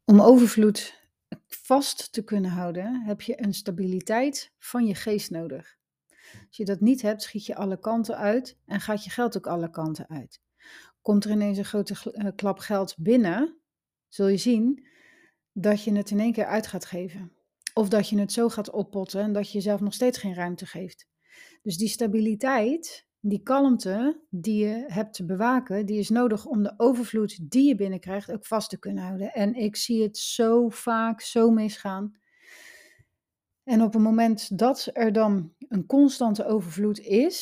Om overvloed vast te kunnen houden, heb je een stabiliteit van je geest nodig. Als je dat niet hebt, schiet je alle kanten uit en gaat je geld ook alle kanten uit. Komt er ineens een grote klap geld binnen, zul je zien dat je het in één keer uit gaat geven. Of dat je het zo gaat oppotten en dat je jezelf nog steeds geen ruimte geeft. Dus die stabiliteit, die kalmte die je hebt te bewaken, die is nodig om de overvloed die je binnenkrijgt ook vast te kunnen houden. En ik zie het zo vaak zo misgaan. En op het moment dat er dan een constante overvloed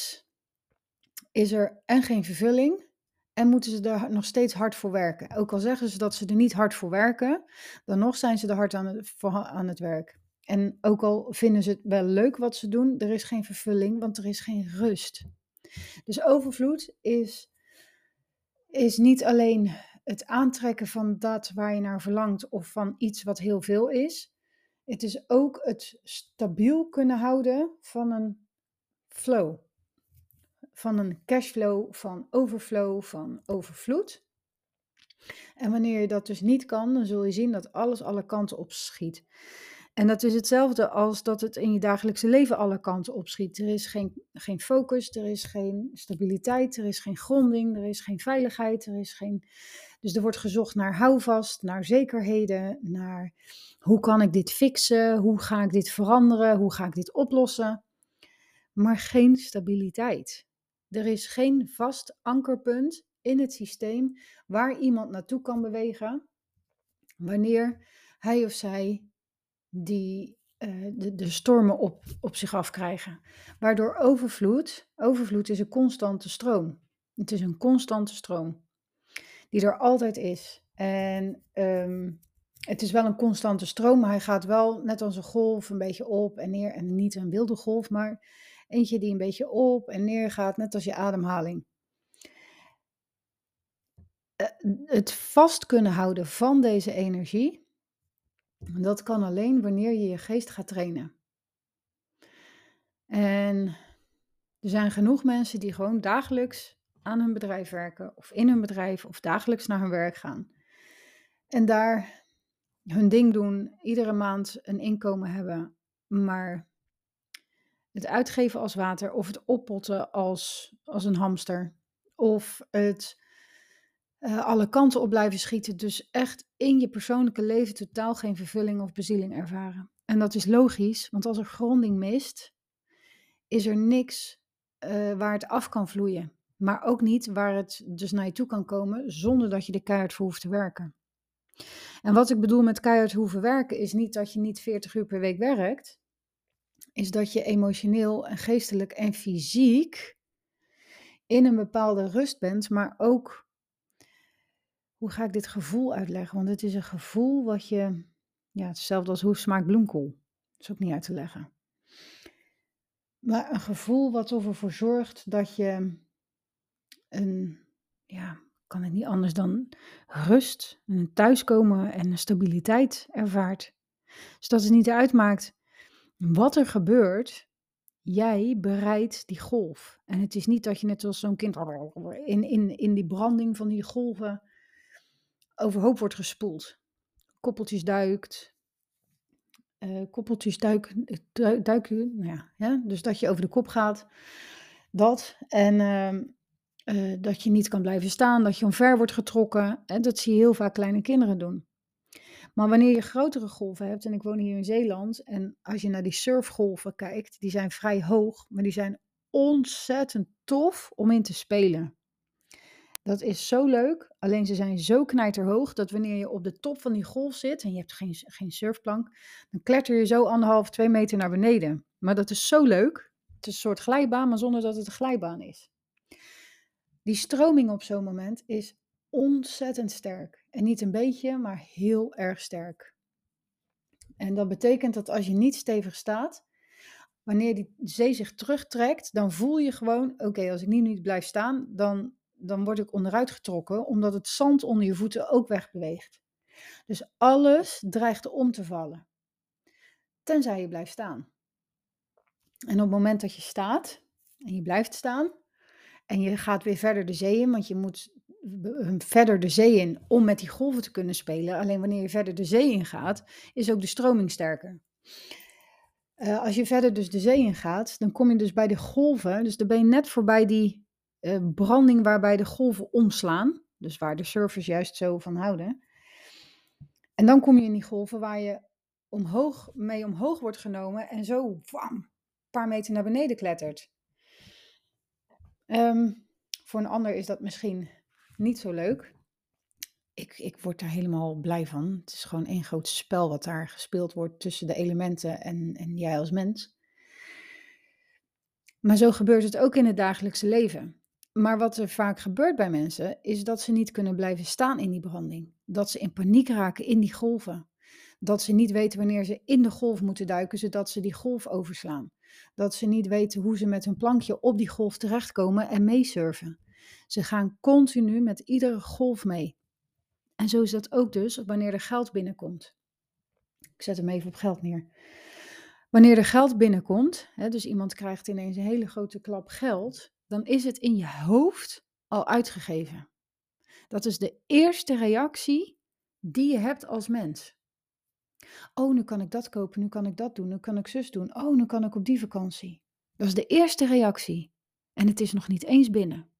is er en geen vervulling en moeten ze er nog steeds hard voor werken. Ook al zeggen ze dat ze er niet hard voor werken, dan nog zijn ze er hard aan het werk. En ook al vinden ze het wel leuk wat ze doen, er is geen vervulling, want er is geen rust. Dus overvloed is niet alleen het aantrekken van dat waar je naar verlangt of van iets wat heel veel is. Het is ook het stabiel kunnen houden van een flow. Van een cashflow, van overflow, van overvloed. En wanneer je dat dus niet kan, dan zul je zien dat alles alle kanten op schiet. En dat is hetzelfde als dat het in je dagelijkse leven alle kanten opschiet. Er is geen focus, er is geen stabiliteit, er is geen gronding, er is geen veiligheid, Dus er wordt gezocht naar houvast, naar zekerheden, naar hoe kan ik dit fixen, hoe ga ik dit veranderen, hoe ga ik dit oplossen. Maar geen stabiliteit. Er is geen vast ankerpunt in het systeem waar iemand naartoe kan bewegen wanneer hij of zij de stormen op zich afkrijgen. Waardoor overvloed is een constante stroom. Het is een constante stroom die er altijd is. En het is wel een constante stroom, maar hij gaat wel net als een golf een beetje op en neer. En niet een wilde golf, maar eentje die een beetje op en neer gaat, net als je ademhaling. Het vast kunnen houden van deze energie, dat kan alleen wanneer je je geest gaat trainen. En er zijn genoeg mensen die gewoon dagelijks aan hun bedrijf werken, of in hun bedrijf, of dagelijks naar hun werk gaan. En daar hun ding doen, iedere maand een inkomen hebben, maar het uitgeven als water, of het oppotten als een hamster, of het alle kanten op blijven schieten. Dus echt in je persoonlijke leven totaal geen vervulling of bezieling ervaren. En dat is logisch, want als er gronding mist, is er niks waar het af kan vloeien. Maar ook niet waar het dus naar je toe kan komen zonder dat je er keihard voor hoeft te werken. En wat ik bedoel met keihard hoeven werken is niet dat je niet 40 uur per week werkt. Is dat je emotioneel en geestelijk en fysiek in een bepaalde rust bent, maar ook, hoe ga ik dit gevoel uitleggen? Want het is een gevoel wat je, hetzelfde als hoe smaakt bloemkool. Dat is ook niet uit te leggen. Maar een gevoel wat ervoor zorgt dat je kan het niet anders dan rust, een thuiskomen en een stabiliteit ervaart. Dus dat het niet uitmaakt wat er gebeurt, jij bereidt die golf. En het is niet dat je net als zo'n kind in die branding van die golven overhoop wordt gespoeld. Koppeltjes duiken, dus dat je over de kop gaat. Dat en dat je niet kan blijven staan, dat je omver wordt getrokken. Dat zie je heel vaak kleine kinderen doen. Maar wanneer je grotere golven hebt, en ik woon hier in Zeeland, en als je naar die surfgolven kijkt, die zijn vrij hoog, maar die zijn ontzettend tof om in te spelen. Dat is zo leuk, alleen ze zijn zo knijterhoog dat wanneer je op de top van die golf zit en je hebt geen surfplank, dan kletter je zo 1,5, 2 meter naar beneden. Maar dat is zo leuk. Het is een soort glijbaan, maar zonder dat het een glijbaan is. Die stroming op zo'n moment is ontzettend sterk. En niet een beetje, maar heel erg sterk. En dat betekent dat als je niet stevig staat, wanneer die zee zich terugtrekt, dan voel je gewoon, oké, als ik niet blijf staan, dan word ik onderuit getrokken, omdat het zand onder je voeten ook wegbeweegt. Dus alles dreigt om te vallen, tenzij je blijft staan. En op het moment dat je staat, en je blijft staan, en je gaat weer verder de zee in, want je moet verder de zee in om met die golven te kunnen spelen. Alleen wanneer je verder de zee in gaat, is ook de stroming sterker. Als je verder dus de zee in gaat, dan kom je dus bij de golven. Dus dan ben je net voorbij die branding waarbij de golven omslaan. Dus waar de surfers juist zo van houden. En dan kom je in die golven waar je mee omhoog wordt genomen en zo wam, een paar meter naar beneden klettert. Voor een ander is dat misschien niet zo leuk. Ik word daar helemaal blij van. Het is gewoon één groot spel wat daar gespeeld wordt tussen de elementen en jij als mens. Maar zo gebeurt het ook in het dagelijkse leven. Maar wat er vaak gebeurt bij mensen, is dat ze niet kunnen blijven staan in die branding. Dat ze in paniek raken in die golven. Dat ze niet weten wanneer ze in de golf moeten duiken, zodat ze die golf overslaan. Dat ze niet weten hoe ze met hun plankje op die golf terechtkomen en meesurfen. Ze gaan continu met iedere golf mee. En zo is dat ook dus wanneer er geld binnenkomt. Ik zet hem even op geld neer. Wanneer er geld binnenkomt, dus iemand krijgt ineens een hele grote klap geld, dan is het in je hoofd al uitgegeven. Dat is de eerste reactie die je hebt als mens. Oh, nu kan ik dat kopen, nu kan ik dat doen, nu kan ik zus doen. Oh, nu kan ik op die vakantie. Dat is de eerste reactie. En het is nog niet eens binnen.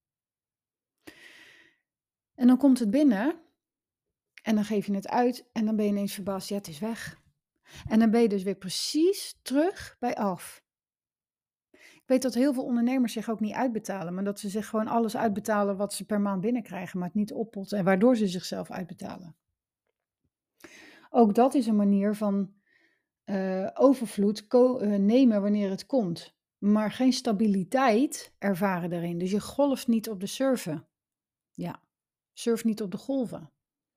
En dan komt het binnen en dan geef je het uit en dan ben je ineens verbaasd, ja, het is weg. En dan ben je dus weer precies terug bij af. Ik weet dat heel veel ondernemers zich ook niet uitbetalen, maar dat ze zich gewoon alles uitbetalen wat ze per maand binnenkrijgen, maar het niet oppotten en waardoor ze zichzelf uitbetalen. Ook dat is een manier van overvloed nemen wanneer het komt, maar geen stabiliteit ervaren daarin. Dus je golft niet op de surfen. Ja, surf niet op de golven.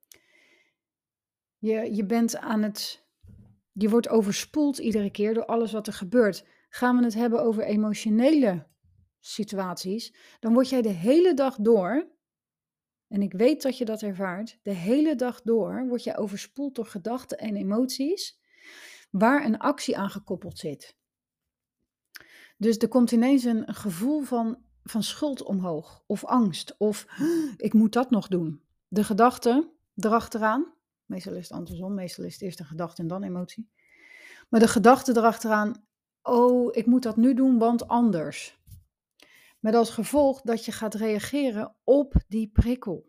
Je bent je wordt overspoeld iedere keer door alles wat er gebeurt. Gaan we het hebben over emotionele situaties, dan word jij de hele dag door, en ik weet dat je dat ervaart, de hele dag door word jij overspoeld door gedachten en emoties waar een actie aan gekoppeld zit. Dus er komt ineens een gevoel van schuld omhoog, of angst, of ik moet dat nog doen. De gedachte erachteraan, meestal is het andersom, meestal is het eerst een gedachte en dan emotie. Maar de gedachte erachteraan, oh, ik moet dat nu doen, want anders. Met als gevolg dat je gaat reageren op die prikkel.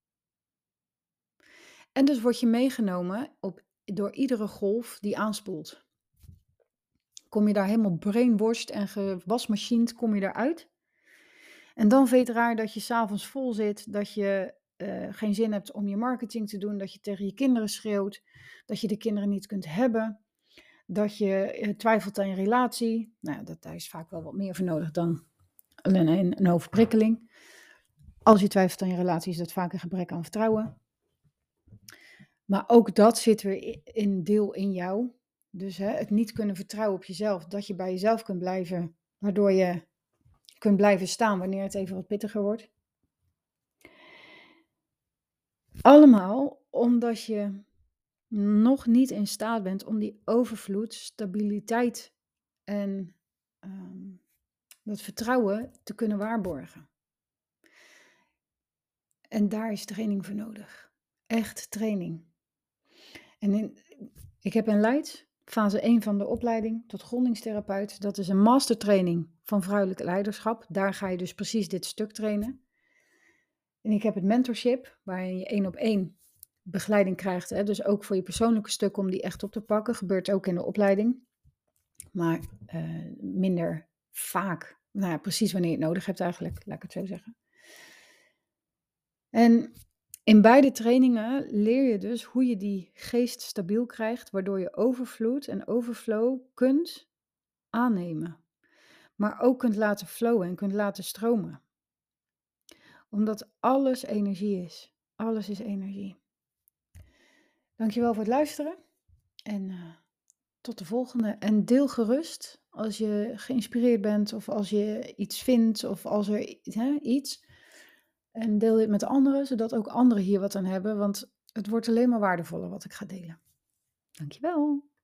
En dus word je meegenomen door iedere golf die aanspoelt. Kom je daar helemaal brainwashed en gewasmachined, kom je daaruit. En dan vind je het raar dat je 's avonds vol zit, dat je geen zin hebt om je marketing te doen, dat je tegen je kinderen schreeuwt, dat je de kinderen niet kunt hebben, dat je twijfelt aan je relatie. Nou, daar is vaak wel wat meer voor nodig dan alleen een overprikkeling. Als je twijfelt aan je relatie, is dat vaak een gebrek aan vertrouwen. Maar ook dat zit weer in deel in jou. Dus het niet kunnen vertrouwen op jezelf, dat je bij jezelf kunt blijven, waardoor je kunt blijven staan wanneer het even wat pittiger wordt. Allemaal omdat je nog niet in staat bent om die overvloed, stabiliteit en dat vertrouwen te kunnen waarborgen. En daar is training voor nodig. Echt training. En ik heb in Leids, fase 1 van de opleiding tot grondingstherapeut. Dat is een mastertraining van vrouwelijk leiderschap. Daar ga je dus precies dit stuk trainen. En ik heb het mentorship, waarin je 1-op-1 begeleiding krijgt. Dus ook voor je persoonlijke stuk om die echt op te pakken. Gebeurt ook in de opleiding. Maar minder vaak. Nou ja, precies wanneer je het nodig hebt eigenlijk, laat ik het zo zeggen. En in beide trainingen leer je dus hoe je die geest stabiel krijgt, waardoor je overvloed en overflow kunt aannemen. Maar ook kunt laten flowen en kunt laten stromen. Omdat alles energie is. Alles is energie. Dankjewel voor het luisteren. En tot de volgende. En deel gerust als je geïnspireerd bent of als je iets vindt of als er iets. En deel dit met anderen, zodat ook anderen hier wat aan hebben. Want het wordt alleen maar waardevoller wat ik ga delen. Dankjewel.